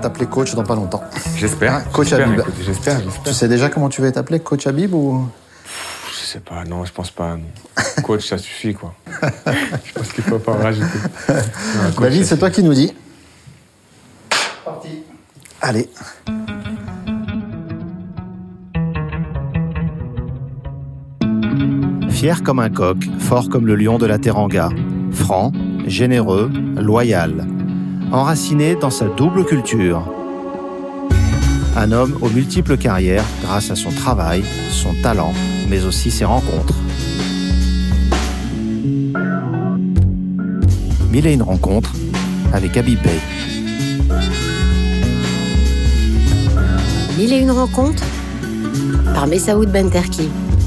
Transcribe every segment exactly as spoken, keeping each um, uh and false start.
t'appeler coach dans pas longtemps. J'espère. Hein, coach j'espère, Habib. Écoute, j'espère, j'espère. Tu sais déjà comment tu vas t'appeler, coach Habib ou... Je sais pas, non, je pense pas. Coach, ça suffit, quoi. Je pense qu'il faut pas en rajouter. Non, coach, David, c'est toi qui nous dis. Parti. Allez. Fier comme un coq, fort comme le lion de la Teranga, franc, généreux, loyal, enraciné dans sa double culture. Un homme aux multiples carrières grâce à son travail, son talent, mais aussi ses rencontres. Mille et une rencontres avec Habib Bey. Mille et une rencontres par Messaoud Benterki.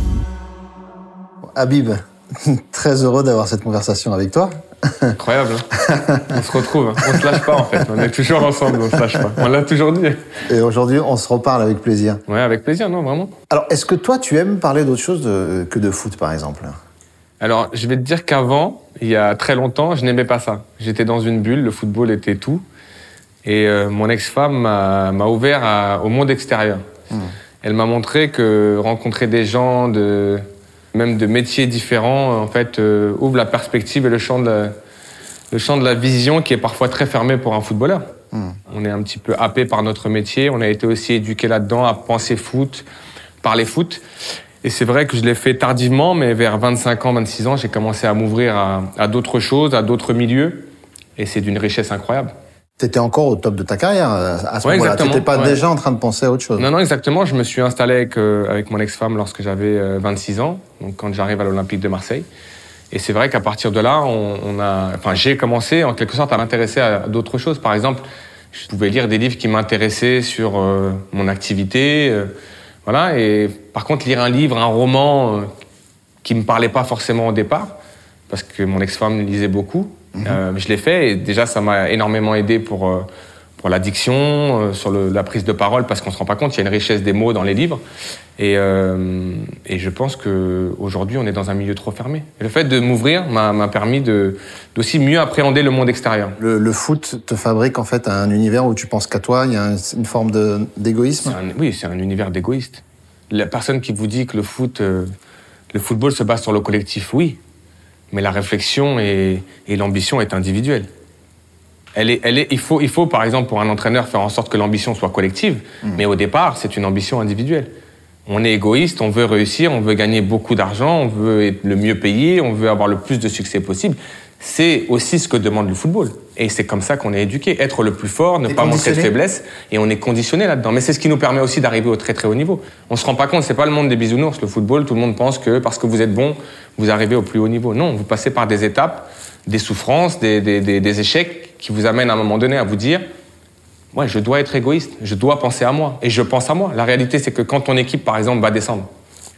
Habib, très heureux d'avoir cette conversation avec toi. Incroyable, hein. On se retrouve, hein. On se lâche pas en fait, on est toujours ensemble, on se lâche pas. On l'a toujours dit. Et aujourd'hui, on se reparle avec plaisir. Ouais, avec plaisir, non, vraiment. Alors, est-ce que toi, tu aimes parler d'autre chose de, que de foot, par exemple ? Alors, je vais te dire qu'avant, il y a très longtemps, je n'aimais pas ça. J'étais dans une bulle, le football était tout. Et euh, mon ex-femme m'a, m'a ouvert à, au monde extérieur. Mmh. Elle m'a montré que rencontrer des gens de... même de métiers différents, en fait, euh, ouvre la perspective et le champ, de la, le champ de la vision qui est parfois très fermé pour un footballeur. Mmh. On est un petit peu happé par notre métier, on a été aussi éduqué là-dedans à penser foot, parler foot. Et c'est vrai que je l'ai fait tardivement, mais vers vingt-cinq ans, vingt-six ans, j'ai commencé à m'ouvrir à, à d'autres choses, à d'autres milieux. Et c'est d'une richesse incroyable. T'étais encore au top de ta carrière à ce ouais, moment-là. T'étais pas ouais. déjà en train de penser à autre chose. Non, non, exactement. Je me suis installé avec, euh, avec mon ex-femme lorsque j'avais euh, vingt-six ans, donc quand j'arrive à l'Olympique de Marseille. Et c'est vrai qu'à partir de là, on, on a, enfin, j'ai commencé en quelque sorte à m'intéresser à d'autres choses. Par exemple, je pouvais lire des livres qui m'intéressaient sur euh, mon activité, euh, voilà. Et par contre, lire un livre, un roman euh, qui me parlait pas forcément au départ, parce que mon ex-femme lisait beaucoup. Mmh. Euh, je l'ai fait et déjà ça m'a énormément aidé pour, euh, pour l'addiction, euh, sur le, la prise de parole, parce qu'on se rend pas compte, il y a une richesse des mots dans les livres. Et, euh, et je pense qu'aujourd'hui, on est dans un milieu trop fermé. Et le fait de m'ouvrir m'a, m'a permis de, d'aussi mieux appréhender le monde extérieur. Le, le foot te fabrique en fait un univers où tu penses qu'à toi, il y a un, une forme de, d'égoïsme. C'est un, oui, c'est un univers d'égoïste. La personne qui vous dit que le foot, euh, le football se base sur le collectif, oui. Mais la réflexion et, et l'ambition est individuelle. Elle est, elle est, il, faut, il faut, par exemple, pour un entraîneur, faire en sorte que l'ambition soit collective. Mmh. Mais au départ, c'est une ambition individuelle. On est égoïste, on veut réussir, on veut gagner beaucoup d'argent, on veut être le mieux payé, on veut avoir le plus de succès possible. C'est aussi ce que demande le football. Et c'est comme ça qu'on est éduqué. Être le plus fort, ne pas montrer de faiblesse. Et on est conditionné là-dedans. Mais c'est ce qui nous permet aussi d'arriver au très très haut niveau. On se rend pas compte, c'est pas le monde des bisounours. Le football, tout le monde pense que parce que vous êtes bon, vous arrivez au plus haut niveau. Non, vous passez par des étapes, des souffrances, des, des, des, des échecs qui vous amènent à un moment donné à vous dire « Ouais, je dois être égoïste, je dois penser à moi. » Et je pense à moi. La réalité, c'est que quand ton équipe, par exemple, va descendre,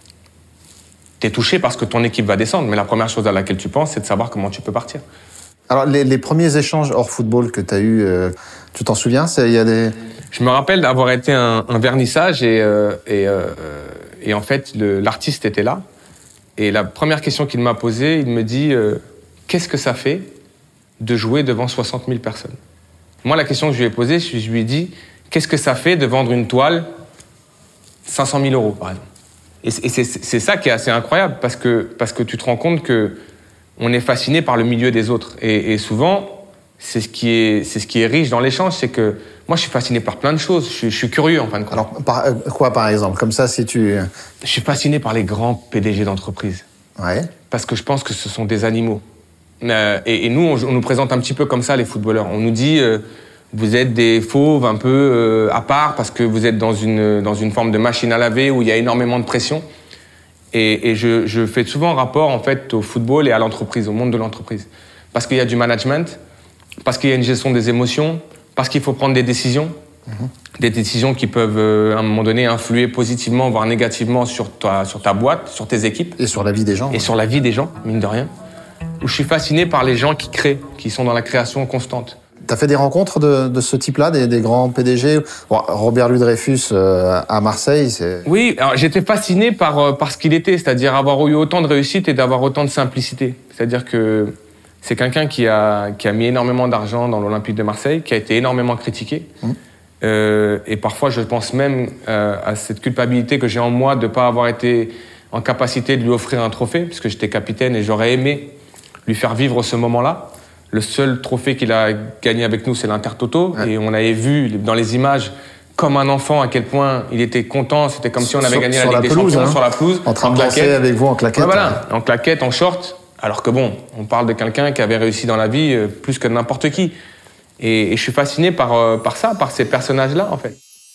t'es touché parce que ton équipe va descendre, mais la première chose à laquelle tu penses, c'est de savoir comment tu peux partir. Alors, les, les premiers échanges hors football que tu as eus, euh, tu t'en souviens c'est, y a des... Je me rappelle d'avoir été un, un vernissage et, euh, et, euh, et en fait, le, l'artiste était là. Et la première question qu'il m'a posée, il me dit euh, « Qu'est-ce que ça fait de jouer devant soixante mille personnes ?» Moi, la question que je lui ai posée, je lui ai dit « Qu'est-ce que ça fait de vendre une toile cinq cent mille euros, par exemple ?» Et c'est, c'est ça qui est assez incroyable, parce que, parce que tu te rends compte qu'on est fasciné par le milieu des autres. Et, et souvent, c'est ce, qui est, c'est ce qui est riche dans l'échange, c'est que moi, je suis fasciné par plein de choses. Je suis, je suis curieux, en fin de compte. Alors, par, euh, quoi, par exemple ? Comme ça, si tu... Je suis fasciné par les grands P D G d'entreprise. Ouais. Parce que je pense que ce sont des animaux. Euh, et, et nous, on, on nous présente un petit peu comme ça, les footballeurs. On nous dit... Euh, vous êtes des fauves un peu euh, à part parce que vous êtes dans une, dans une forme de machine à laver où il y a énormément de pression. Et, et je, je fais souvent rapport en fait, au football et à l'entreprise, au monde de l'entreprise. Parce qu'il y a du management, parce qu'il y a une gestion des émotions, parce qu'il faut prendre des décisions. Mmh. Des décisions qui peuvent, euh, à un moment donné, influer positivement, voire négativement sur ta, sur ta boîte, sur tes équipes. Et sur la vie des gens. Et ouais. sur la vie des gens, mine de rien. Où je suis fasciné par les gens qui créent, qui sont dans la création constante. T'as fait des rencontres de, de ce type-là, des, des grands P D G. Bon, Robert Louis Dreyfus euh, à Marseille, c'est... Oui, alors j'étais fasciné par, euh, par ce qu'il était, c'est-à-dire avoir eu autant de réussite et d'avoir autant de simplicité. C'est-à-dire que c'est quelqu'un qui a, qui a mis énormément d'argent dans l'Olympique de Marseille, qui a été énormément critiqué, mmh. Euh, et parfois, je pense même euh, à cette culpabilité que j'ai en moi de ne pas avoir été en capacité de lui offrir un trophée, puisque j'étais capitaine et j'aurais aimé lui faire vivre ce moment-là. Le seul trophée qu'il a gagné avec nous, c'est l'Intertoto. Ouais. Et on avait vu dans les images, comme un enfant, à quel point il était content. C'était comme si on avait sur, gagné sur la Ligue la des pelouse, Champions hein, sur la pelouse. En train en de danser claquette. avec vous en claquette. Ouais, voilà, en claquette, en short. Alors que bon, on parle de quelqu'un qui avait réussi dans la vie euh, plus que n'importe qui. Et, et je suis fasciné par, euh, par ça, par ces personnages-là, en fait.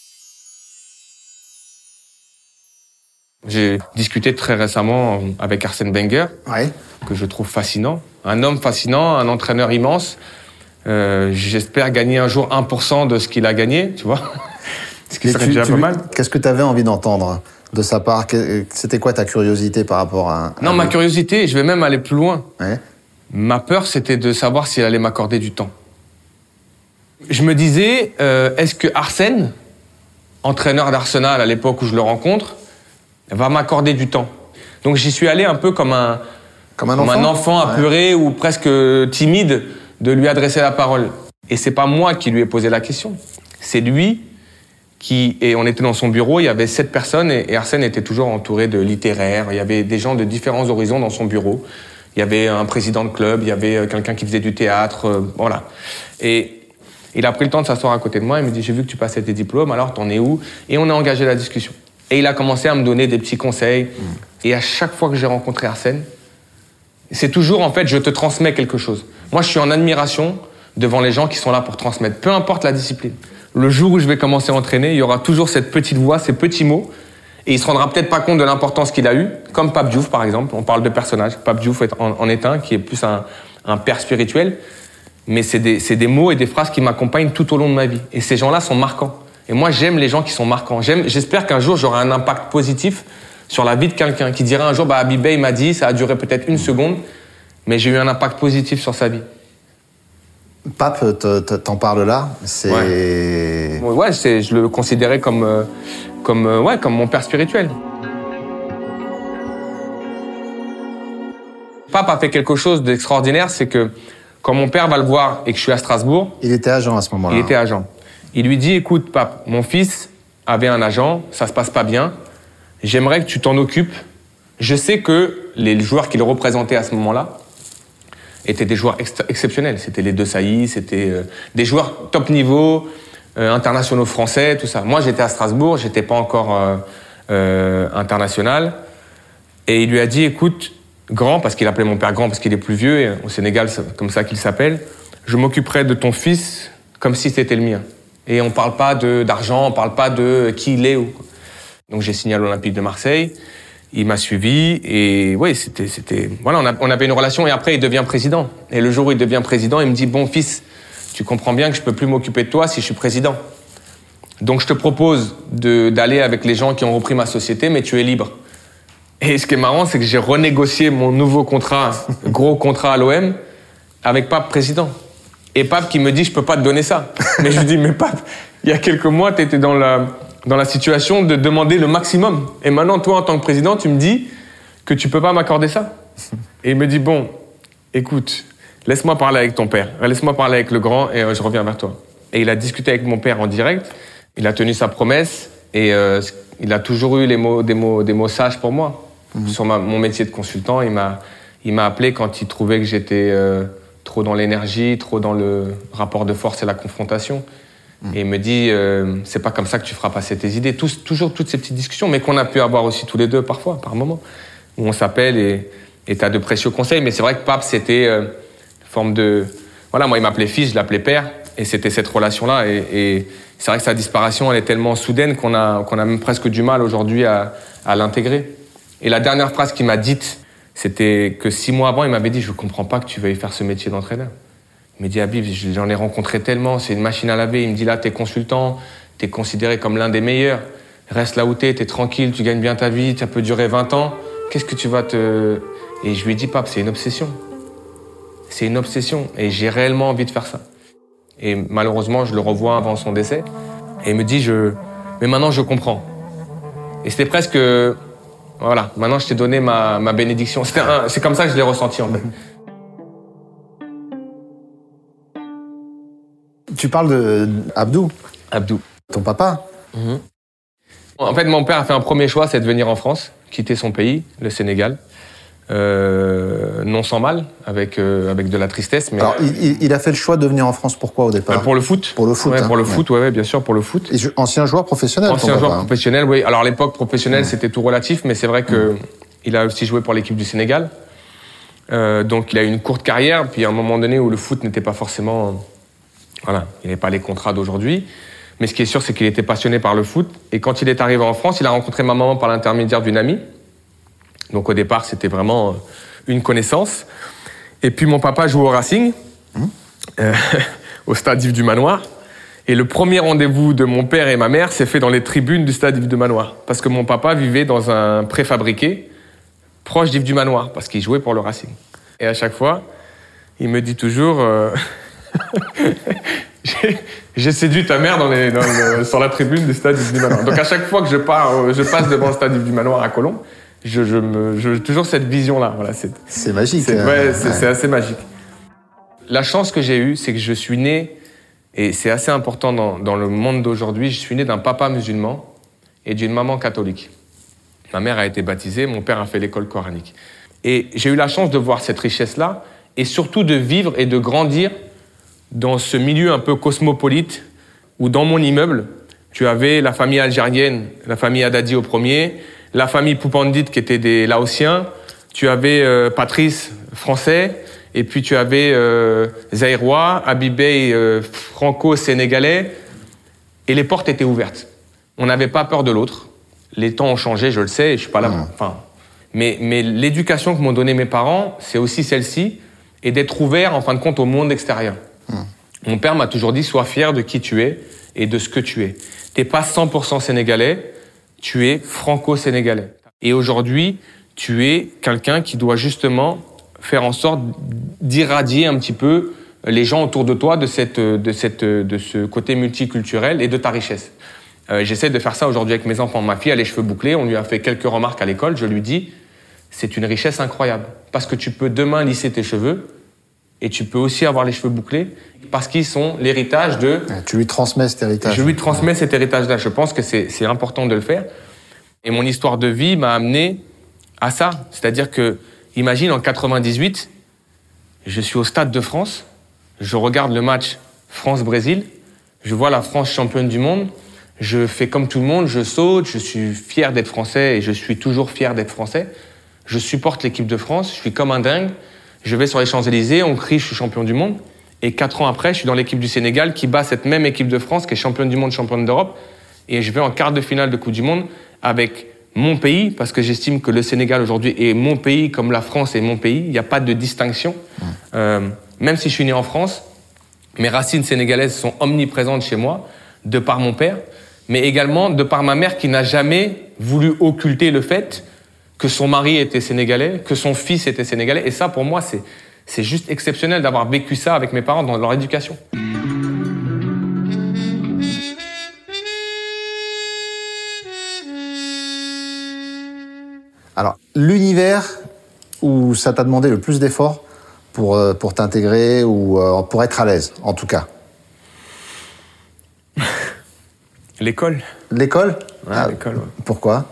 J'ai discuté très récemment avec Arsène Wenger, ouais. que je trouve fascinant. Un homme fascinant, un entraîneur immense. Euh, j'espère gagner un jour un pour cent de ce qu'il a gagné, tu vois. Ce qui serait déjà pas mal. Qu'est-ce que tu avais envie d'entendre de sa part? C'était quoi ta curiosité par rapport à... Non, à ma lui? curiosité, je vais même aller plus loin. Ouais. Ma peur, c'était de savoir s'il allait m'accorder du temps. Je me disais, euh, est-ce que Arsène, entraîneur d'Arsenal à l'époque où je le rencontre, va m'accorder du temps? Donc j'y suis allé un peu comme un, comme un comme enfant, un enfant apeuré, ouais, ou presque timide de lui adresser la parole. Et c'est pas moi qui lui ai posé la question. C'est lui qui... Et on était dans son bureau, il y avait sept personnes et, et Arsène était toujours entouré de littéraires. Il y avait des gens de différents horizons dans son bureau. Il y avait un président de club, il y avait quelqu'un qui faisait du théâtre, euh, voilà. Et il a pris le temps de s'asseoir à côté de moi, il me dit « J'ai vu que tu passais tes diplômes, alors t'en es où ?» Et on a engagé la discussion. Et il a commencé à me donner des petits conseils. Mmh. Et à chaque fois que j'ai rencontré Arsène, c'est toujours, en fait, je te transmets quelque chose. Moi, je suis en admiration devant les gens qui sont là pour transmettre, peu importe la discipline. Le jour où je vais commencer à entraîner, il y aura toujours cette petite voix, ces petits mots, et il se rendra peut-être pas compte de l'importance qu'il a eu, comme Pape Diouf, par exemple. On parle de personnages. Pape Diouf en, en est un, qui est plus un, un père spirituel. Mais c'est des, c'est des mots et des phrases qui m'accompagnent tout au long de ma vie. Et ces gens-là sont marquants. Et moi, j'aime les gens qui sont marquants. J'aime, j'espère qu'un jour, j'aurai un impact positif sur la vie de quelqu'un qui dirait un jour, bah, Habib Beye m'a dit, ça a duré peut-être une seconde, mais j'ai eu un impact positif sur sa vie. Pape, t'en parles là, c'est... Ouais, ouais c'est, je le considérais comme, euh, comme, euh, ouais, comme mon père spirituel. Pape a fait quelque chose d'extraordinaire, c'est que quand mon père va le voir et que je suis à Strasbourg... Il était agent à ce moment-là. Il était agent. Il lui dit, écoute, Pape, mon fils avait un agent, ça se passe pas bien, j'aimerais que tu t'en occupes. Je sais que les joueurs qu'il représentait à ce moment-là étaient des joueurs ex- exceptionnels. C'était les deux Sailly, c'était euh, des joueurs top niveau, euh, internationaux français, tout ça. Moi, j'étais à Strasbourg, j'étais pas encore euh, euh, international. Et il lui a dit, écoute, Grand, parce qu'il appelait mon père Grand parce qu'il est plus vieux, et au Sénégal, c'est comme ça qu'il s'appelle, je m'occuperai de ton fils comme si c'était le mien. Et on parle pas de, d'argent, on parle pas de qui il est. Ou... Donc j'ai signé à l'Olympique de Marseille, il m'a suivi, et oui, c'était, c'était, voilà, on, a, on avait une relation, et après il devient président. Et le jour où il devient président, il me dit, bon fils, tu comprends bien que je peux plus m'occuper de toi si je suis président. Donc je te propose de, d'aller avec les gens qui ont repris ma société, mais tu es libre. Et ce qui est marrant, c'est que j'ai renégocié mon nouveau contrat, gros contrat à l'O M, avec Pape président. Et Pape qui me dit, je peux pas te donner ça. Mais je lui dis, mais Pape, il y a quelques mois, tu étais dans la, dans la situation de demander le maximum. Et maintenant, toi, en tant que président, tu me dis que tu peux pas m'accorder ça. Et il me dit, bon, écoute, laisse-moi parler avec ton père. Laisse-moi parler avec le grand et euh, je reviens vers toi. Et il a discuté avec mon père en direct. Il a tenu sa promesse et euh, il a toujours eu les mots, des, mots, des mots sages pour moi. Mmh. Sur ma, mon métier de consultant, il m'a, il m'a appelé quand il trouvait que j'étais euh, trop dans l'énergie, trop dans le rapport de force et la confrontation. Mmh. Et il me dit, euh, c'est pas comme ça que tu feras passer tes idées. Tous, toujours toutes ces petites discussions, mais qu'on a pu avoir aussi tous les deux parfois, par moments, où on s'appelle et et t'as de précieux conseils. Mais c'est vrai que Pape, c'était euh, une forme de... Voilà, moi, il m'appelait fils, je l'appelais père, et c'était cette relation-là. Et, et c'est vrai que sa disparition, elle est tellement soudaine qu'on a, qu'on a même presque du mal aujourd'hui à, à l'intégrer. Et la dernière phrase qu'il m'a dite, c'était que six mois avant, il m'avait dit « Je comprends pas que tu veuilles faire ce métier d'entraîneur. » Il m'a dit « Habib, j'en ai rencontré tellement, c'est une machine à laver. » Il me dit « Là, t'es consultant, t'es considéré comme l'un des meilleurs. Reste là où t'es, t'es tranquille, tu gagnes bien ta vie, ça peut durer vingt ans. Qu'est-ce que tu vas te... » Et je lui ai dit « Pape, c'est une obsession. C'est une obsession. Et j'ai réellement envie de faire ça. » Et malheureusement, je le revois avant son décès. Et il me dit je... « Mais maintenant, je comprends. » Et c'était presque... Voilà, maintenant je t'ai donné ma, ma bénédiction. C'était un, c'est comme ça que je l'ai ressenti en fait. Tu parles de Abdou. Abdou. Ton papa? Mmh. En fait, mon père a fait un premier choix, c'est de venir en France, quitter son pays, le Sénégal. Euh, non sans mal, avec, euh, avec de la tristesse. Mais Alors, il, il a fait le choix de venir en France, pourquoi au départ? euh, Pour le foot. Pour le foot, ouais, hein, Pour le ouais. foot, ouais, ouais, bien sûr, pour le foot. Et ancien joueur professionnel? Ancien ton joueur papa, professionnel, oui. Alors, à l'époque, professionnel, mmh. c'était tout relatif, mais c'est vrai que mmh. il a aussi joué pour l'équipe du Sénégal. Euh, donc, il a eu une courte carrière, puis à un moment donné où le foot n'était pas forcément... Euh, voilà, il n'avait pas les contrats d'aujourd'hui. Mais ce qui est sûr, c'est qu'il était passionné par le foot. Et quand il est arrivé en France, il a rencontré ma maman par l'intermédiaire d'une amie. Donc, au départ, c'était vraiment... Euh, une connaissance. Et puis mon papa joue au Racing, mmh. euh, au stade Yves du Manoir. Et le premier rendez-vous de mon père et ma mère s'est fait dans les tribunes du stade Yves du Manoir. Parce que mon papa vivait dans un préfabriqué proche d'Yves du Manoir, parce qu'il jouait pour le Racing. Et à chaque fois, il me dit toujours euh, j'ai, j'ai séduit ta mère dans les, dans le, sur la tribune du stade Yves du Manoir. Donc à chaque fois que je, pars, je passe devant le stade Yves du Manoir à Colomb, Je, je me, je, toujours cette vision-là. Voilà, c'est, c'est magique. C'est, euh, ouais, c'est, ouais. c'est assez magique. La chance que j'ai eue, c'est que je suis né, et c'est assez important dans, dans le monde d'aujourd'hui, je suis né d'un papa musulman et d'une maman catholique. Ma mère a été baptisée, mon père a fait l'école coranique. Et j'ai eu la chance de voir cette richesse-là, et surtout de vivre et de grandir dans ce milieu un peu cosmopolite, où dans mon immeuble, tu avais la famille algérienne, la famille Haddadi au premier, la famille Poupandit qui était des Laotiens, tu avais euh, Patrice, français, et puis tu avais euh, Zaïrois, Habibey, euh, franco-sénégalais, et les portes étaient ouvertes. On n'avait pas peur de l'autre. Les temps ont changé, je le sais, et je suis pas là. Mmh. Enfin, mais, mais l'éducation que m'ont donnée mes parents, c'est aussi celle-ci, et d'être ouvert, en fin de compte, au monde extérieur. Mmh. Mon père m'a toujours dit, sois fier de qui tu es et de ce que tu es. T'es pas cent pour cent sénégalais, tu es franco-sénégalais. Et aujourd'hui, tu es quelqu'un qui doit justement faire en sorte d'irradier un petit peu les gens autour de toi de, cette, de, cette, de ce côté multiculturel et de ta richesse. Euh, j'essaie de faire ça aujourd'hui avec mes enfants. Ma fille a les cheveux bouclés, on lui a fait quelques remarques à l'école. Je lui dis, c'est une richesse incroyable. Parce que tu peux demain lisser tes cheveux et tu peux aussi avoir les cheveux bouclés parce qu'ils sont l'héritage de... Tu lui transmets cet héritage. Je lui transmets cet héritage-là. Je pense que c'est, c'est important de le faire. Et mon histoire de vie m'a amené à ça. C'est-à-dire que, imagine, en quatre-vingt-dix-huit, je suis au Stade de France, je regarde le match France-Brésil, je vois la France championne du monde, je fais comme tout le monde, je saute, je suis fier d'être français et je suis toujours fier d'être français. Je supporte l'équipe de France, je suis comme un dingue. Je vais sur les Champs-Élysées, on crie, je suis champion du monde. Et quatre ans après, je suis dans l'équipe du Sénégal qui bat cette même équipe de France qui est championne du monde, championne d'Europe. Et je vais en quart de finale de Coupe du Monde avec mon pays, parce que j'estime que le Sénégal aujourd'hui est mon pays comme la France est mon pays. Il n'y a pas de distinction. Mmh. Euh, même si je suis né en France, mes racines sénégalaises sont omniprésentes chez moi, de par mon père, mais également de par ma mère qui n'a jamais voulu occulter le fait que son mari était sénégalais, que son fils était sénégalais. Et ça, pour moi, c'est, c'est juste exceptionnel d'avoir vécu ça avec mes parents dans leur éducation. Alors, l'univers où ça t'a demandé le plus d'efforts pour, euh, pour t'intégrer ou euh, pour être à l'aise, en tout cas? L'école. L'école? Ouais, ah, l'école, ouais. Pourquoi?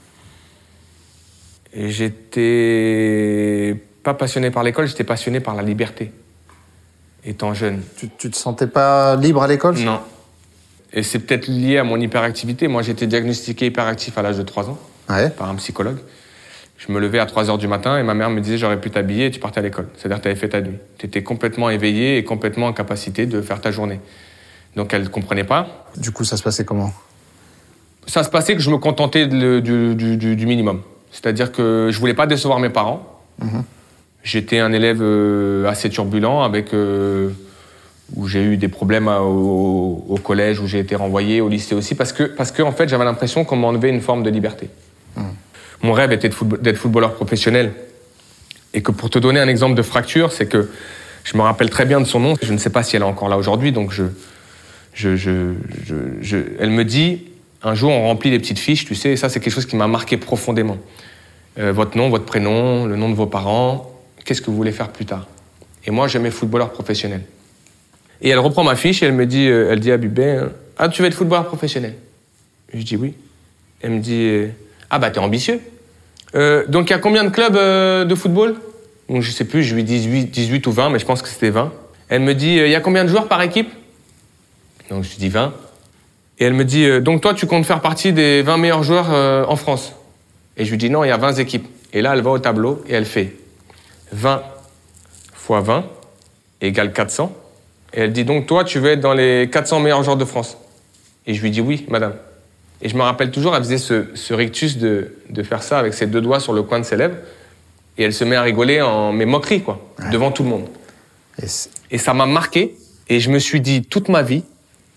Et j'étais pas passionné par l'école, j'étais passionné par la liberté, étant jeune. Tu, tu te sentais pas libre à l'école? Non. Et c'est peut-être lié à mon hyperactivité. Moi, j'ai été diagnostiqué hyperactif à l'âge de trois ans, ouais. par un psychologue. Je me levais à trois heures du matin et ma mère me disait « j'aurais pu t'habiller » et tu partais à l'école. C'est-à-dire que tu avais fait ta nuit. Tu étais complètement éveillé et complètement en capacité de faire ta journée. Donc elle ne comprenait pas. Du coup, ça se passait comment? Ça se passait que je me contentais de, du, du, du, du minimum. C'est-à-dire que je voulais pas décevoir mes parents. Mmh. J'étais un élève euh, assez turbulent, avec, euh, où j'ai eu des problèmes à, au, au collège, où j'ai été renvoyé, au lycée aussi, parce que, parce que en fait, j'avais l'impression qu'on m'enlevait une forme de liberté. Mmh. Mon rêve était de football, d'être footballeur professionnel. Et que pour te donner un exemple de fracture, c'est que je me rappelle très bien de son nom. Je ne sais pas si elle est encore là aujourd'hui, donc je, je, je, je, je, elle me dit... Un jour, on remplit les petites fiches, tu sais, et ça, c'est quelque chose qui m'a marqué profondément. Euh, votre nom, votre prénom, le nom de vos parents, qu'est-ce que vous voulez faire plus tard? Et moi, j'aimais footballeur professionnel. Et elle reprend ma fiche et elle me dit, euh, elle dit à Habibey, ah, tu veux être footballeur professionnel? Je dis oui. Elle me dit, euh, ah bah t'es ambitieux. Euh, donc il y a combien de clubs euh, de football? Donc, je sais plus, je lui dis dix-huit, dix-huit ou vingt, mais je pense que c'était vingt. Elle me dit, il euh, y a combien de joueurs par équipe? Donc je lui dis vingt. Et elle me dit, euh, donc toi tu comptes faire partie des vingt meilleurs joueurs euh, en France? Et je lui dis, non, il y a vingt équipes. Et là, elle va au tableau et elle fait vingt fois vingt égale quatre cents. Et elle dit, donc toi tu veux être dans les quatre cents meilleurs joueurs de France? Et je lui dis, oui, madame. Et je me rappelle toujours, elle faisait ce, ce rictus de, de faire ça avec ses deux doigts sur le coin de ses lèvres. Et elle se met à rigoler en mes moqueries, quoi, ouais. devant tout le monde. Et, et ça m'a marqué. Et je me suis dit, toute ma vie,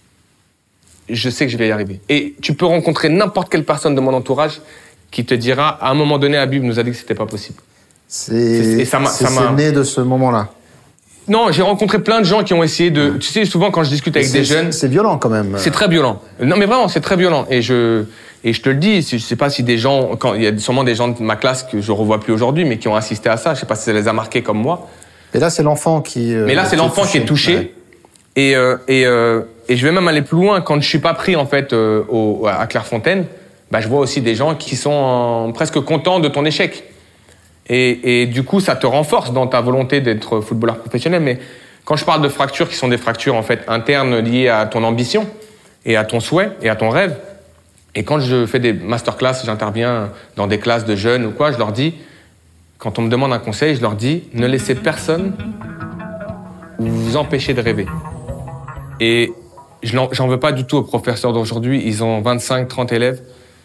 je sais que je vais y arriver. Et tu peux rencontrer n'importe quelle personne de mon entourage qui te dira, à un moment donné, Habib nous a dit que c'était pas possible. C'est, ça m'a, c'est, ça m'a... c'est né de ce moment-là. Non, j'ai rencontré plein de gens qui ont essayé de... Mmh. Tu sais, souvent, quand je discute avec c'est, des jeunes... C'est violent, quand même. C'est très violent. Non, mais vraiment, c'est très violent. Et je, et je te le dis, je sais pas si des gens... Quand, il y a sûrement des gens de ma classe que je revois plus aujourd'hui, mais qui ont assisté à ça. Je sais pas si ça les a marqués comme moi. Et là, c'est l'enfant qui... Euh, mais là, c'est l'enfant qui est touché. Ouais. Et, euh, et, euh, et je vais même aller plus loin. Quand je suis pas pris, en fait, euh, au, à Clairefontaine, bah, je vois aussi des gens qui sont en, presque contents de ton échec. Et, et du coup, ça te renforce dans ta volonté d'être footballeur professionnel. Mais quand je parle de fractures qui sont des fractures en fait internes liées à ton ambition et à ton souhait et à ton rêve, et quand je fais des masterclass, j'interviens dans des classes de jeunes ou quoi, je leur dis, quand on me demande un conseil, je leur dis, ne laissez personne vous empêcher de rêver. Et j'en veux pas du tout aux professeurs d'aujourd'hui, ils ont vingt-cinq, trente élèves.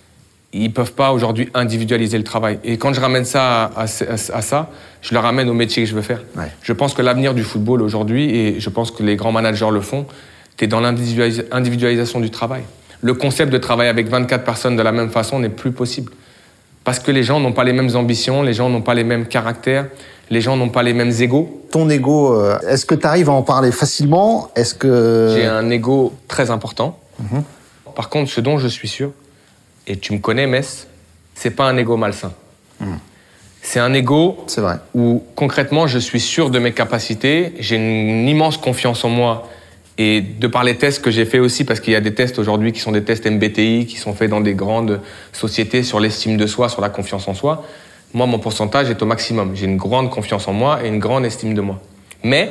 Ils peuvent pas aujourd'hui individualiser le travail. Et quand je ramène ça à, à, à ça, je le ramène au métier que je veux faire. Ouais. Je pense que l'avenir du football aujourd'hui, et je pense que les grands managers le font, t'es dans l'individualisation du travail. Le concept de travailler avec vingt-quatre personnes de la même façon n'est plus possible. Parce que les gens n'ont pas les mêmes ambitions, les gens n'ont pas les mêmes caractères, les gens n'ont pas les mêmes égos. Ton ego, est-ce que tu arrives à en parler facilement? Est-ce que... J'ai un ego très important. Mm-hmm. Par contre, ce dont je suis sûr, et tu me connais, Mess, c'est pas un ego malsain. Mmh. C'est un ego c'est vrai. Où, concrètement, je suis sûr de mes capacités, j'ai une immense confiance en moi. Et de par les tests que j'ai faits aussi, parce qu'il y a des tests aujourd'hui qui sont des tests M B T I, qui sont faits dans des grandes sociétés sur l'estime de soi, sur la confiance en soi, moi, mon pourcentage est au maximum. J'ai une grande confiance en moi et une grande estime de moi. Mais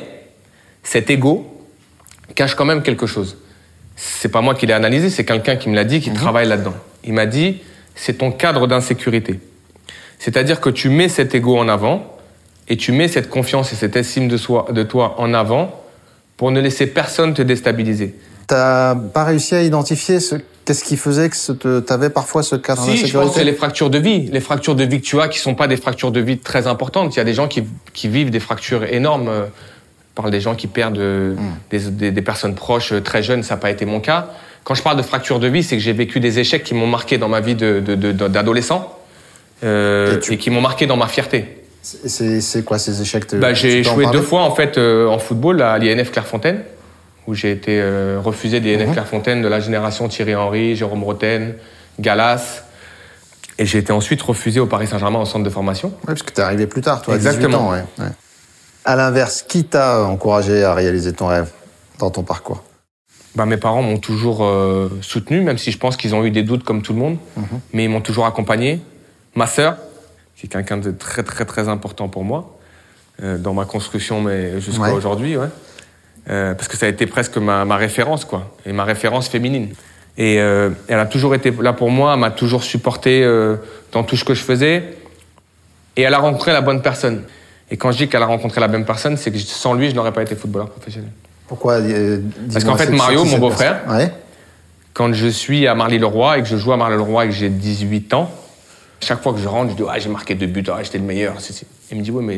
cet ego cache quand même quelque chose. C'est pas moi qui l'ai analysé, c'est quelqu'un qui me l'a dit, qui mmh. travaille là-dedans. Il m'a dit, c'est ton cadre d'insécurité. C'est-à-dire que tu mets cet ego en avant et tu mets cette confiance et cette estime de, soi, de toi en avant pour ne laisser personne te déstabiliser. T'as pas réussi à identifier ce, qu'est-ce qui faisait que tu avais parfois ce cadre si, d'insécurité? Je pense que c'est les fractures de vie. Les fractures de vie que tu as qui sont pas des fractures de vie très importantes. Il y a des gens qui, qui vivent des fractures énormes. Je parle des gens qui perdent mmh. des, des, des personnes proches très jeunes, ça n'a pas été mon cas. Quand je parle de fracture de vie, c'est que j'ai vécu des échecs qui m'ont marqué dans ma vie de, de, de, d'adolescent euh, et, tu... et qui m'ont marqué dans ma fierté. C'est, c'est quoi ces échecs te, bah, J'ai échoué deux fois en, fait, euh, en football à l'I N F Clairefontaine, où j'ai été euh, refusé des I N F mmh. Clairefontaine de la génération Thierry Henry, Jérôme Roten, Galas. Et j'ai été ensuite refusé au Paris Saint-Germain au centre de formation. Oui, parce que tu es arrivé plus tard, toi, Exactement. à dix-huit ans. Ouais. Ouais. À l'inverse, qui t'a encouragé à réaliser ton rêve dans ton parcours? Bah, mes parents m'ont toujours euh, soutenu, même si je pense qu'ils ont eu des doutes comme tout le monde. Mmh. Mais ils m'ont toujours accompagné. Ma sœur, qui est quelqu'un de très, très, très important pour moi, euh, dans ma construction, mais jusqu'à ouais. aujourd'hui, ouais. Euh, parce que ça a été presque ma, ma référence, quoi. Et ma référence féminine. Et euh, elle a toujours été là pour moi, elle m'a toujours supporté euh, dans tout ce que je faisais. Et elle a rencontré la bonne personne. Et quand je dis qu'elle a rencontré la bonne personne, c'est que sans lui, je n'aurais pas été footballeur professionnel. Pourquoi euh, Parce qu'en fait, Mario, mon beau-frère, ouais. quand je suis à Marly-le-Roi et que je joue à Marly-le-Roi et que j'ai dix-huit ans, chaque fois que je rentre, je dis ah, « j'ai marqué deux buts, ah, j'étais le meilleur. » Il me dit « Oui, mais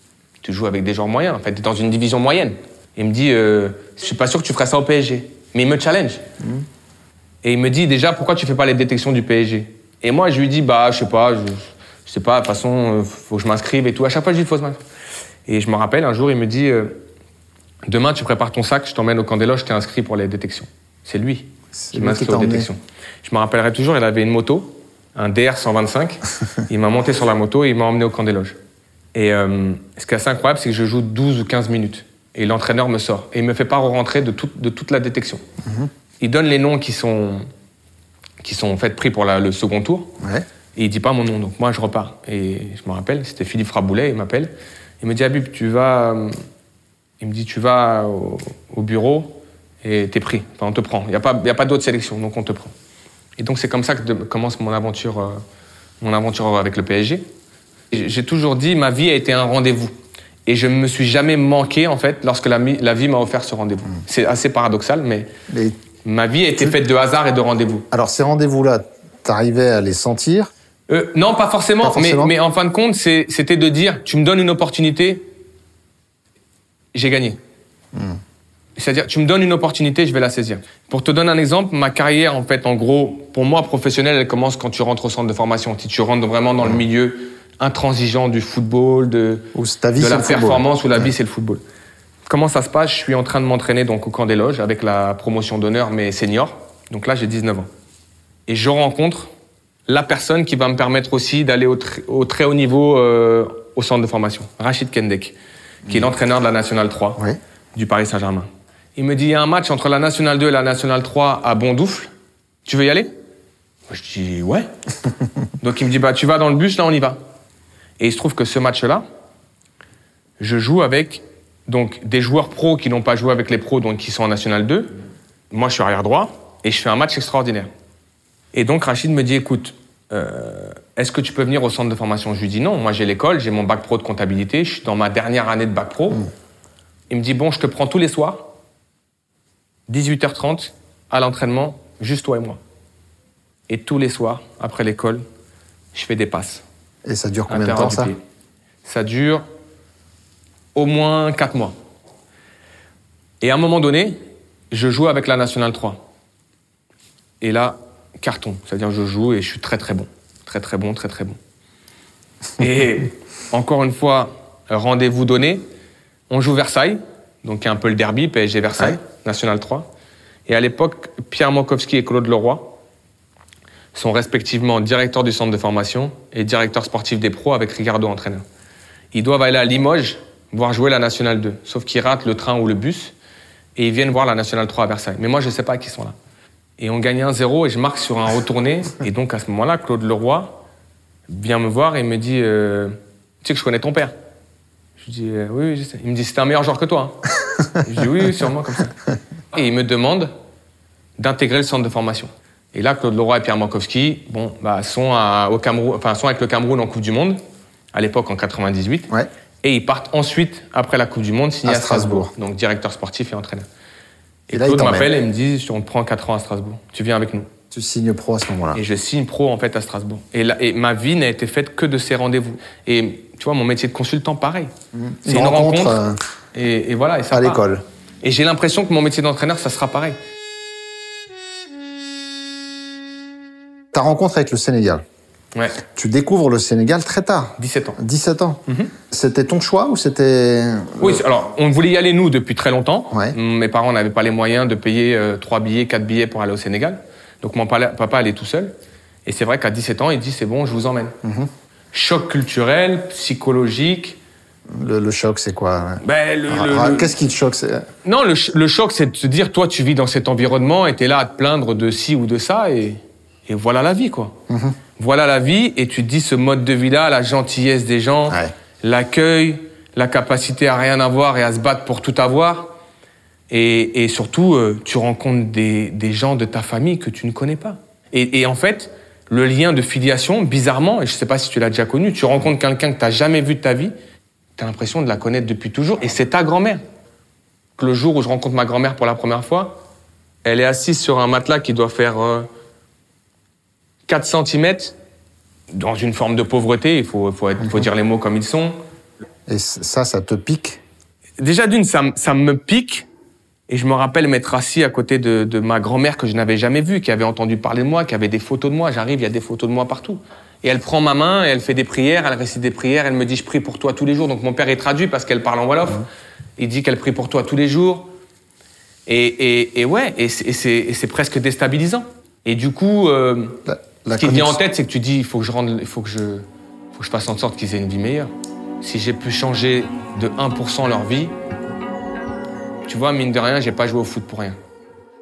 tu joues avec des joueurs moyens, en fait, tu es dans une division moyenne. » Il me dit euh, « Je suis pas sûr que tu ferais ça au P S G. » Mais il me challenge. Mmh. Et il me dit déjà « Pourquoi tu fais pas les détections du P S G ?» Et moi, je lui dis « Bah, je sais pas, je, je sais pas, de toute façon, euh, faut que je m'inscrive et tout. » À chaque fois, je dis « Faut que je m'inscrive. » Et je me rappelle, un jour, il me dit euh, « Demain, tu prépares ton sac, je t'emmène au camp des loges, je t'ai inscrit pour les détections. » C'est lui C'est qui m'inscrit aux détections. Je me rappellerai toujours, il avait une moto, un D R cent vingt-cinq. Il m'a monté sur la moto et il m'a emmené au camp des loges. Et euh, ce qui est assez incroyable, c'est que je joue douze ou quinze minutes. Et l'entraîneur me sort. Et il me fait pas re-rentrer de, tout, de toute la détection. Mm-hmm. Il donne les noms qui sont, qui sont en fait pris pour la, le second tour. Ouais. Et il dit pas mon nom, donc moi je repars. Et je me rappelle, c'était Philippe Fraboulet, il m'appelle. Il me dit, Habib, tu vas... Il me dit, tu vas au, au bureau et t'es pris. Enfin, on te prend. Il n'y a pas, y a pas d'autre sélection, donc on te prend. Et donc c'est comme ça que de, commence mon aventure, euh, mon aventure avec le P S G. J'ai toujours dit, ma vie a été un rendez-vous. Et je ne me suis jamais manqué, en fait, lorsque la, la vie m'a offert ce rendez-vous. Mmh. C'est assez paradoxal, mais, mais ma vie a été faite de hasard et de rendez-vous. Alors ces rendez-vous-là, t'arrivais à les sentir ? Euh, non, pas forcément, pas forcément. Mais, mais en fin de compte, c'est, c'était de dire, tu me donnes une opportunité, j'ai gagné. Mmh. C'est-à-dire, tu me donnes une opportunité, je vais la saisir. Pour te donner un exemple, ma carrière, en fait, en gros, pour moi, professionnelle, elle commence quand tu rentres au centre de formation. Si tu rentres vraiment dans mmh. le milieu intransigeant du football, de, ta vie, de la performance, où la ouais. vie, c'est le football. Comment ça se passe ? Je suis en train de m'entraîner donc, au camp des loges avec la promotion d'honneur, mais senior. Donc là, j'ai dix-neuf ans. Et je rencontre la personne qui va me permettre aussi d'aller au, tr- au très haut niveau euh, au centre de formation, Rachid Kendek, qui mmh. est l'entraîneur de la Nationale trois ouais. du Paris Saint-Germain. Il me dit, il y a un match entre la Nationale deux et la Nationale trois à Bondoufle. Tu veux y aller ? Je dis, ouais. Donc il me dit, bah, tu vas dans le bus, là, on y va. Et il se trouve que ce match-là, je joue avec donc, des joueurs pros qui n'ont pas joué avec les pros, donc qui sont en National deux. Moi, je suis arrière droit et je fais un match extraordinaire. Et donc, Rachid me dit, écoute, euh, est-ce que tu peux venir au centre de formation ? Je lui dis non, moi j'ai l'école, j'ai mon bac pro de comptabilité, je suis dans ma dernière année de bac pro. Mmh. Il me dit, bon, je te prends tous les soirs, dix-huit heures trente, à l'entraînement, juste toi et moi. Et tous les soirs, après l'école, je fais des passes. Et ça dure combien de temps, ça ? Ça dure au moins quatre mois. Et à un moment donné, je joue avec la Nationale trois. Et là, carton. C'est-à-dire je joue et je suis très très bon. Très très bon, très très bon. Et encore une fois, rendez-vous donné. On joue Versailles, donc un peu le derby, P S G Versailles, ouais. Nationale trois. Et à l'époque, Pierre Mankowski et Claude Leroy sont respectivement directeurs du centre de formation et directeurs sportifs des pros avec Ricardo entraîneur. Ils doivent aller à Limoges voir jouer la Nationale deux, sauf qu'ils ratent le train ou le bus et ils viennent voir la Nationale trois à Versailles. Mais moi, je ne sais pas qui sont là. Et on gagne un zéro et je marque sur un retourné. Et donc, à ce moment-là, Claude Leroy vient me voir et me dit euh, « Tu sais que je connais ton père ?» Je dis euh, « Oui, oui, je sais. » Il me dit « C'était un meilleur joueur que toi. Hein. » Je dis « Oui, oui, sûrement comme ça. » Et il me demande d'intégrer le centre de formation. Et là, Claude Leroy et Pierre Mankowski bon, bah, sont, à, au Cameroun, enfin, sont avec le Cameroun en Coupe du Monde, à l'époque en quatre-vingt-dix-huit. Ouais. Et ils partent ensuite, après la Coupe du Monde, signer à, à Strasbourg. Strasbourg. Donc directeur sportif et entraîneur. Et, et là, Claude m'appelle et me dit, on te prend quatre ans à Strasbourg, tu viens avec nous. Tu signes pro à ce moment-là. Et je signe pro en fait à Strasbourg. Et, là, et ma vie n'a été faite que de ces rendez-vous. Et tu vois, mon métier de consultant, pareil. Mmh. C'est une, une rencontre. rencontre euh, et, et voilà. Et ça à part. l'école. Et j'ai l'impression que mon métier d'entraîneur, ça sera pareil. Ta rencontre avec le Sénégal. Ouais. Tu découvres le Sénégal très tard. dix-sept ans. dix-sept ans. Mm-hmm. C'était ton choix ou c'était... Oui, alors on voulait y aller nous depuis très longtemps. Ouais. Mes parents n'avaient pas les moyens de payer euh, trois billets, quatre billets pour aller au Sénégal. Donc mon papa allait tout seul. Et c'est vrai qu'à dix-sept ans, il dit c'est bon, je vous emmène. Mm-hmm. Choc culturel, psychologique. Le, le choc, c'est quoi? Ben, le, ah, le, Qu'est-ce qui te choque? c'est... Non, le, le choc, c'est de se dire, toi, tu vis dans cet environnement et t'es là à te plaindre de ci ou de ça et, et voilà la vie, quoi. Mm-hmm. Voilà la vie et tu te dis ce mode de vie-là, la gentillesse des gens, ouais. l'accueil, la capacité à rien avoir et à se battre pour tout avoir. Et, et surtout, euh, tu rencontres des, des gens de ta famille que tu ne connais pas. Et, et en fait, le lien de filiation, bizarrement, et je ne sais pas si tu l'as déjà connu, tu rencontres quelqu'un que tu n'as jamais vu de ta vie, tu as l'impression de la connaître depuis toujours, et c'est ta grand-mère. Le jour où je rencontre ma grand-mère pour la première fois, elle est assise sur un matelas qui doit faire euh, quatre centimètres, dans une forme de pauvreté, il faut, faut, être, faut dire les mots comme ils sont. Et ça, ça te pique? Déjà d'une, ça, ça me pique, et je me rappelle m'être assis à côté de, de ma grand-mère que je n'avais jamais vue, qui avait entendu parler de moi, qui avait des photos de moi. J'arrive, il y a des photos de moi partout. Et elle prend ma main, et elle fait des prières, elle récite des prières, elle me dit « je prie pour toi tous les jours ». Donc mon père est traduit parce qu'elle parle en wolof. Mmh. Il dit qu'elle prie pour toi tous les jours. Et, et, et ouais, et c'est, et, c'est, et c'est presque déstabilisant. Et du coup, euh, la, la ce qui te vient en tête, c'est que tu dis « il faut que je rende, il faut que je, faut que je fasse en sorte qu'ils aient une vie meilleure ». Si j'ai pu changer de un pour cent leur vie, tu vois, mine de rien, j'ai pas joué au foot pour rien.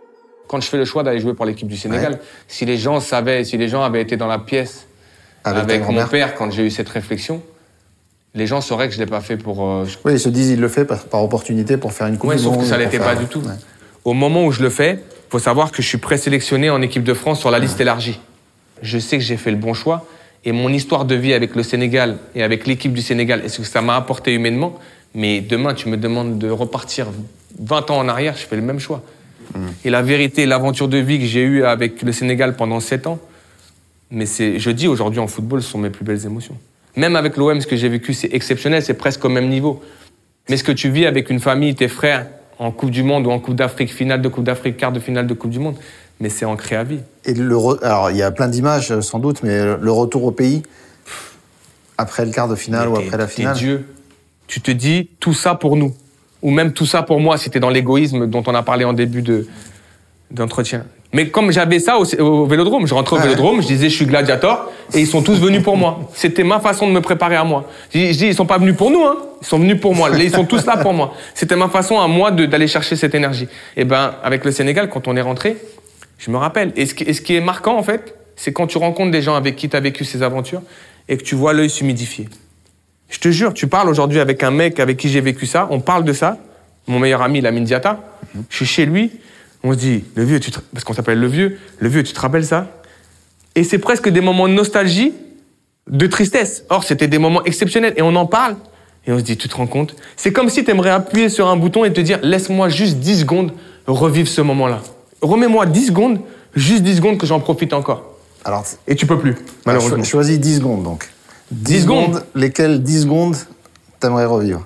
quand je fais le choix d'aller jouer pour l'équipe du Sénégal. Ouais. Si les gens savaient, si les gens avaient été dans la pièce avec, avec mon père quand j'ai eu cette réflexion, les gens sauraient que je ne l'ai pas fait pour... Euh, oui, ils se disent il le fait par, par opportunité pour faire une coupe ouais, du sauf monde. que ça ne l'était pas du tout. Ouais. Au moment où je le fais, il faut savoir que je suis présélectionné en équipe de France sur la liste ouais. élargie. Je sais que j'ai fait le bon choix. Et mon histoire de vie avec le Sénégal et avec l'équipe du Sénégal, est-ce que ça m'a apporté humainement? Mais demain, tu me demandes de repartir vingt ans en arrière, je fais le même choix. Mmh. Et la vérité, l'aventure de vie que j'ai eue avec le Sénégal pendant sept ans, mais c'est, je dis aujourd'hui en football, ce sont mes plus belles émotions. Même avec l'O M, ce que j'ai vécu, c'est exceptionnel, c'est presque au même niveau. Mais ce que tu vis avec une famille, tes frères, en Coupe du Monde ou en Coupe d'Afrique, finale de Coupe d'Afrique, quart de finale de Coupe du Monde, mais c'est ancré à vie. Et le re... Alors, il y a plein d'images, sans doute, mais le retour au pays, après le quart de finale ou après la finale. T'es Dieu. Tu te dis, tout ça pour nous. Ou même tout ça pour moi, si t'es dans l'égoïsme dont on a parlé en début de, d'entretien. Mais comme j'avais ça au, au Vélodrome, je rentrais au ah Vélodrome, ouais. je disais, je suis gladiator, et ils sont tous venus pour moi. C'était ma façon de me préparer à moi. Je dis, je dis ils sont pas venus pour nous, hein. Ils sont venus pour moi. Ils sont tous là pour moi. C'était ma façon à moi de, d'aller chercher cette énergie. Et ben, avec le Sénégal, quand on est rentré, je me rappelle. Et ce qui, et ce qui est marquant, en fait, c'est quand tu rencontres des gens avec qui tu as vécu ces aventures et que tu vois l'œil s'humidifier. Je te jure, tu parles aujourd'hui avec un mec avec qui j'ai vécu ça, on parle de ça, mon meilleur ami, Lamine Diatta, mm-hmm. je suis chez lui, on se dit, le vieux, tu te... parce qu'on s'appelle le vieux, le vieux, tu te rappelles ça? Et c'est presque des moments de nostalgie, de tristesse. Or, c'était des moments exceptionnels et on en parle et on se dit, tu te rends compte? C'est comme si tu aimerais appuyer sur un bouton et te dire, laisse-moi juste dix secondes revivre ce moment-là. Remets-moi dix secondes, juste dix secondes que j'en profite encore. Alors, et tu peux plus, malheureusement. Alors, choisis dix secondes, donc. dix secondes. Lesquelles dix secondes t'aimerais revivre?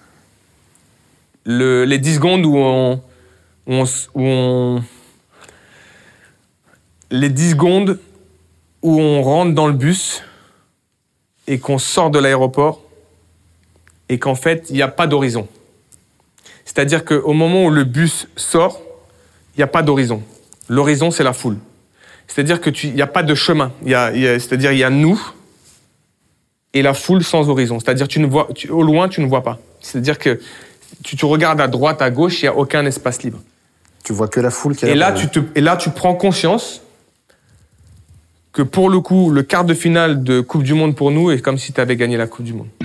Le, Les dix secondes où on, où on, où on... Les dix secondes où on rentre dans le bus et qu'on sort de l'aéroport et qu'en fait, il n'y a pas d'horizon. C'est-à-dire qu'au moment où le bus sort, il n'y a pas d'horizon. L'horizon, c'est la foule. C'est-à-dire qu'il n'y a pas de chemin. Y a, y a, c'est-à-dire qu'il y a nous et la foule sans horizon. C'est-à-dire tu ne vois, tu, au loin, tu ne vois pas. C'est-à-dire que tu, tu regardes à droite, à gauche, il n'y a aucun espace libre. Tu vois que la foule qui est et là. là tu te, et là, tu prends conscience que pour le coup, le quart de finale de Coupe du Monde pour nous est comme si tu avais gagné la Coupe du Monde.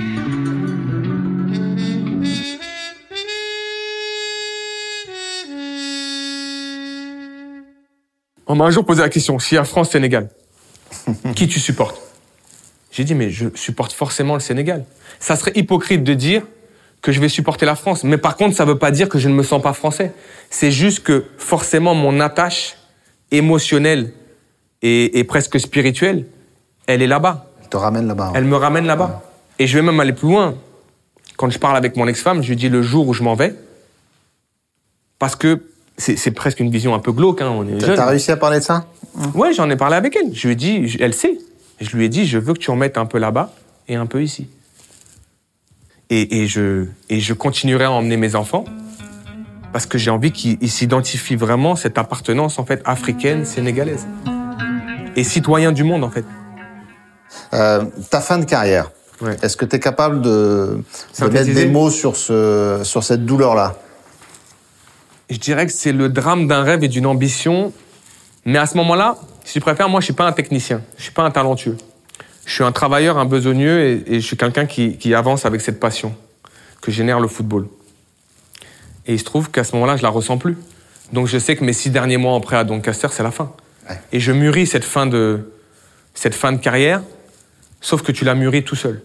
On m'a un jour posé la question, s'il y a France-Sénégal, qui tu supportes? J'ai dit, mais je supporte forcément le Sénégal. Ça serait hypocrite de dire que je vais supporter la France. Mais par contre, ça ne veut pas dire que je ne me sens pas français. C'est juste que forcément, mon attache émotionnelle et, et presque spirituelle, elle est là-bas. Elle te ramène là-bas. Elle me ramène là-bas. Ouais. Et je vais même aller plus loin. Quand je parle avec mon ex-femme, je lui dis le jour où je m'en vais, parce que c'est, c'est presque une vision un peu glauque. Hein, on est jeune. T'as réussi à parler de ça? Ouais, j'en ai parlé avec elle. Je lui ai dit, elle sait. Je lui ai dit, je veux que tu en mettes un peu là-bas et un peu ici. Et, et, je, et je continuerai à emmener mes enfants parce que j'ai envie qu'ils s'identifient vraiment cette appartenance en fait africaine, sénégalaise et citoyen du monde en fait. Euh, ta fin de carrière, ouais. Est-ce que tu es capable de, de mettre des mots sur, ce, sur cette douleur-là? Je dirais que c'est le drame d'un rêve et d'une ambition, mais à ce moment-là, si tu préfères, moi je suis pas un technicien, je suis pas un talentueux. Je suis un travailleur, un besogneux et, et je suis quelqu'un qui, qui avance avec cette passion que génère le football. Et il se trouve qu'à ce moment-là, je la ressens plus. Donc je sais que mes six derniers mois en prêt à Doncaster, c'est la fin. Ouais. Et je mûris cette fin de, cette fin de carrière, sauf que tu la mûris tout seul.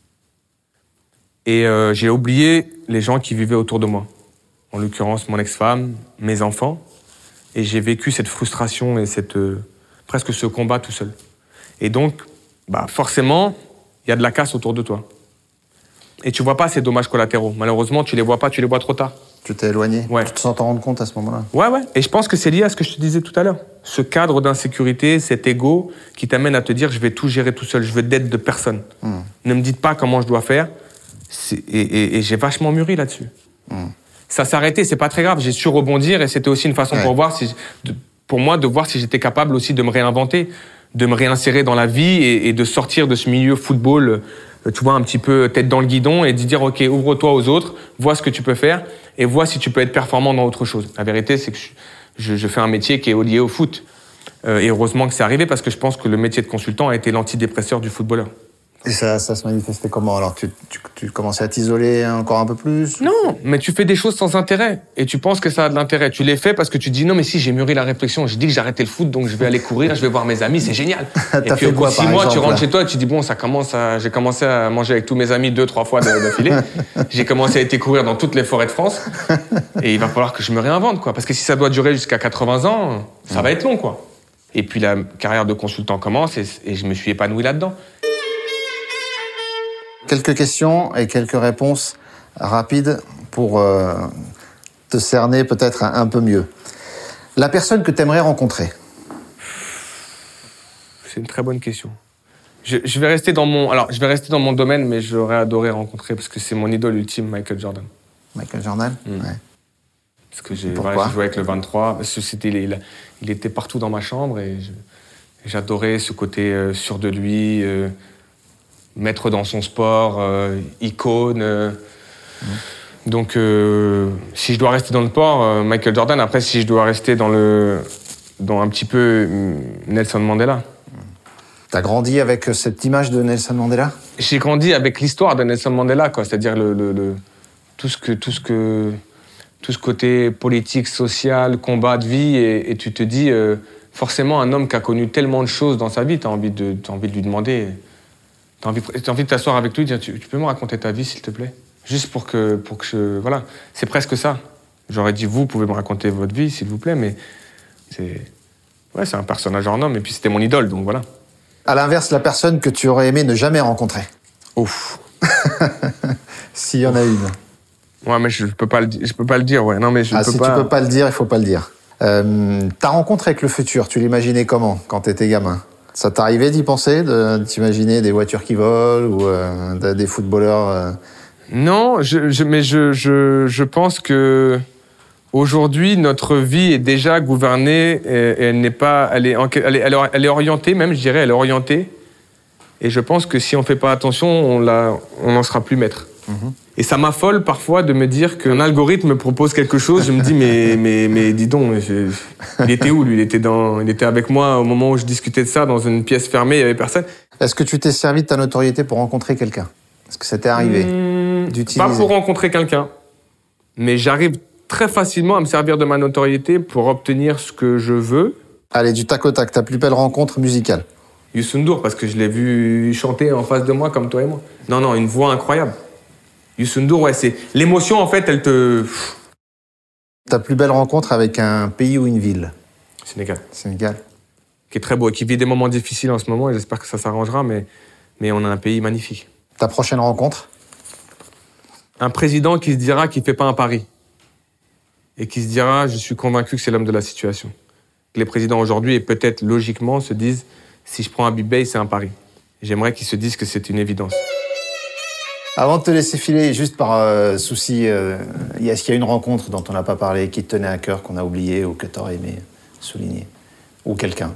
Et euh, j'ai oublié les gens qui vivaient autour de moi. En l'occurrence, mon ex-femme, mes enfants. Et j'ai vécu cette frustration et cette, euh, presque ce combat tout seul. Et donc, bah forcément, il y a de la casse autour de toi. Et tu vois pas ces dommages collatéraux. Malheureusement, tu les vois pas, tu les vois trop tard. Tu t'es éloigné. Ouais. Tu te sens t'en rendre compte à ce moment-là. Ouais, ouais. Et je pense que c'est lié à ce que je te disais tout à l'heure. Ce cadre d'insécurité, cet ego qui t'amène à te dire, je vais tout gérer tout seul, je veux d'aide de personne. Mmh. Ne me dites pas comment je dois faire. C'est... Et, et, et j'ai vachement mûri là-dessus. Mmh. Ça s'est arrêté, c'est pas très grave. J'ai su rebondir et c'était aussi une façon ouais. pour voir si, de, pour moi de voir si j'étais capable aussi de me réinventer, de me réinsérer dans la vie et, et de sortir de ce milieu football, tu vois, un petit peu tête dans le guidon et de dire, OK, ouvre-toi aux autres, vois ce que tu peux faire et vois si tu peux être performant dans autre chose. La vérité, c'est que je, je, je fais un métier qui est lié au foot. Euh, et heureusement que c'est arrivé parce que je pense que le métier de consultant a été l'antidépresseur du footballeur. Et ça, ça se manifestait comment? Alors, tu, tu, tu commençais à t'isoler encore un peu plus? Non, mais tu fais des choses sans intérêt. Et tu penses que ça a de l'intérêt. Tu les fais parce que tu te dis, non, mais si, j'ai mûri la réflexion. J'ai dit que j'arrêtais le foot, donc je vais aller courir, je vais voir mes amis, c'est génial. T'as et puis fait au bout quoi, de six par mois, exemple, tu rentres là chez toi et tu dis, bon, ça commence à... j'ai commencé à manger avec tous mes amis deux, trois fois d'affilée. J'ai commencé à aller courir dans toutes les forêts de France. Et il va falloir que je me réinvente, quoi. Parce que si ça doit durer jusqu'à quatre-vingts ans, ça va être long, quoi. Et puis la carrière de consultant commence et, et je me suis épanoui là-dedans. Quelques questions et quelques réponses rapides pour euh, te cerner peut-être un, un peu mieux. La personne que tu aimerais rencontrer? C'est une très bonne question. Je, je vais rester dans mon, alors je vais rester dans mon domaine, mais j'aurais adoré rencontrer parce que c'est mon idole ultime, Michael Jordan. Michael Jordan. Mmh. Ouais. Parce que j'ai, Pourquoi? voilà, j'ai joué avec le vingt-trois. Parce que c'était, il, il était partout dans ma chambre et je, j'adorais ce côté euh, sûr de lui. Euh, maître dans son sport, euh, icône. Euh. Mmh. Donc, euh, si je dois rester dans le sport, euh, Michael Jordan. Après, si je dois rester dans le, dans un petit peu euh, Nelson Mandela. Mmh. T'as grandi avec cette image de Nelson Mandela? J'ai grandi avec l'histoire de Nelson Mandela, quoi. C'est-à-dire le, le, le, tout ce que, tout ce que, tout ce côté politique, social, combat de vie, et, et tu te dis, euh, forcément, un homme qui a connu tellement de choses dans sa vie, t'as envie de, t'as envie de lui demander. T'as envie, t'as envie de t'asseoir avec lui et dire, tu, tu peux me raconter ta vie, s'il te plaît? Juste pour que, pour que je... Voilà, c'est presque ça. J'aurais dit, vous pouvez me raconter votre vie, s'il vous plaît, mais c'est... Ouais, c'est un personnage hors norme, et puis c'était mon idole, donc voilà. À l'inverse, la personne que tu aurais aimé ne jamais rencontrer? Ouf. S'il y en a une. Ouais, mais je peux pas le, je peux pas le dire, ouais. Non, mais je ah, peux si pas... tu peux pas le dire, il faut pas le dire. Euh, ta rencontre avec le futur, tu l'imaginais comment quand t'étais gamin? Ça t'arrivait d'y penser, de, de t'imaginer des voitures qui volent ou euh, de, des footballeurs euh... Non, je, je, mais je, je, je pense que aujourd'hui notre vie est déjà gouvernée et, et elle n'est pas, elle est, elle, est, elle, est, elle est orientée même, je dirais, elle est orientée. Et je pense que si on fait pas attention, on la, on n'en sera plus maître. Mm-hmm. Et ça m'affole parfois de me dire qu'un algorithme me propose quelque chose. Je me dis, mais, mais, mais dis donc, mais je, il était où, lui? Il était, dans, il était avec moi au moment où je discutais de ça, dans une pièce fermée, il n'y avait personne. Est-ce que tu t'es servi de ta notoriété pour rencontrer quelqu'un? Est-ce que ça t'est arrivé mmh, d'utiliser? Pas pour rencontrer quelqu'un, mais j'arrive très facilement à me servir de ma notoriété pour obtenir ce que je veux. Allez, du tac au tac, ta plus belle rencontre musicale? Youssou N'Dour, parce que je l'ai vu chanter en face de moi, comme toi et moi. Non, non, une voix incroyable. Youssou N'Dour, ouais, c'est... L'émotion, en fait, elle te... Ta plus belle rencontre avec un pays ou une ville? Sénégal. Sénégal. Qui est très beau et qui vit des moments difficiles en ce moment, et j'espère que ça s'arrangera, mais, mais on a un pays magnifique. Ta prochaine rencontre? Un président qui se dira qu'il ne fait pas un pari. Et qui se dira, je suis convaincu que c'est l'homme de la situation. Les présidents aujourd'hui, et peut-être logiquement, se disent, si je prends Habib Beye, c'est un pari. J'aimerais qu'ils se disent que c'est une évidence. Avant de te laisser filer, juste par euh, souci, euh, est-ce qu'il y a une rencontre dont on n'a pas parlé, qui te tenait à cœur, qu'on a oublié ou que tu aurais aimé souligner? Ou quelqu'un?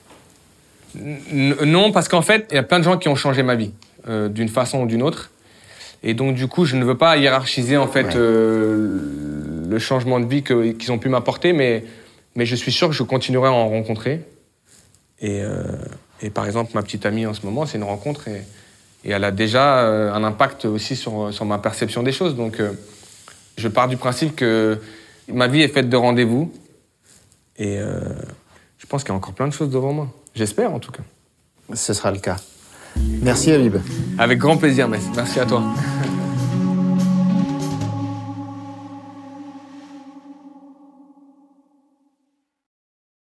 N- Non, parce qu'en fait, il y a plein de gens qui ont changé ma vie, euh, d'une façon ou d'une autre. Et donc, du coup, je ne veux pas hiérarchiser, en fait, ouais. euh, le changement de vie que, qu'ils ont pu m'apporter, mais, mais je suis sûr que je continuerai à en rencontrer. Et, euh, et par exemple, ma petite amie, en ce moment, c'est une rencontre et... Et elle a déjà euh, un impact aussi sur, sur ma perception des choses. Donc, euh, je pars du principe que ma vie est faite de rendez-vous. Et euh, je pense qu'il y a encore plein de choses devant moi. J'espère, en tout cas. Ce sera le cas. Merci, Habib. Avec grand plaisir, Mess. Merci à toi.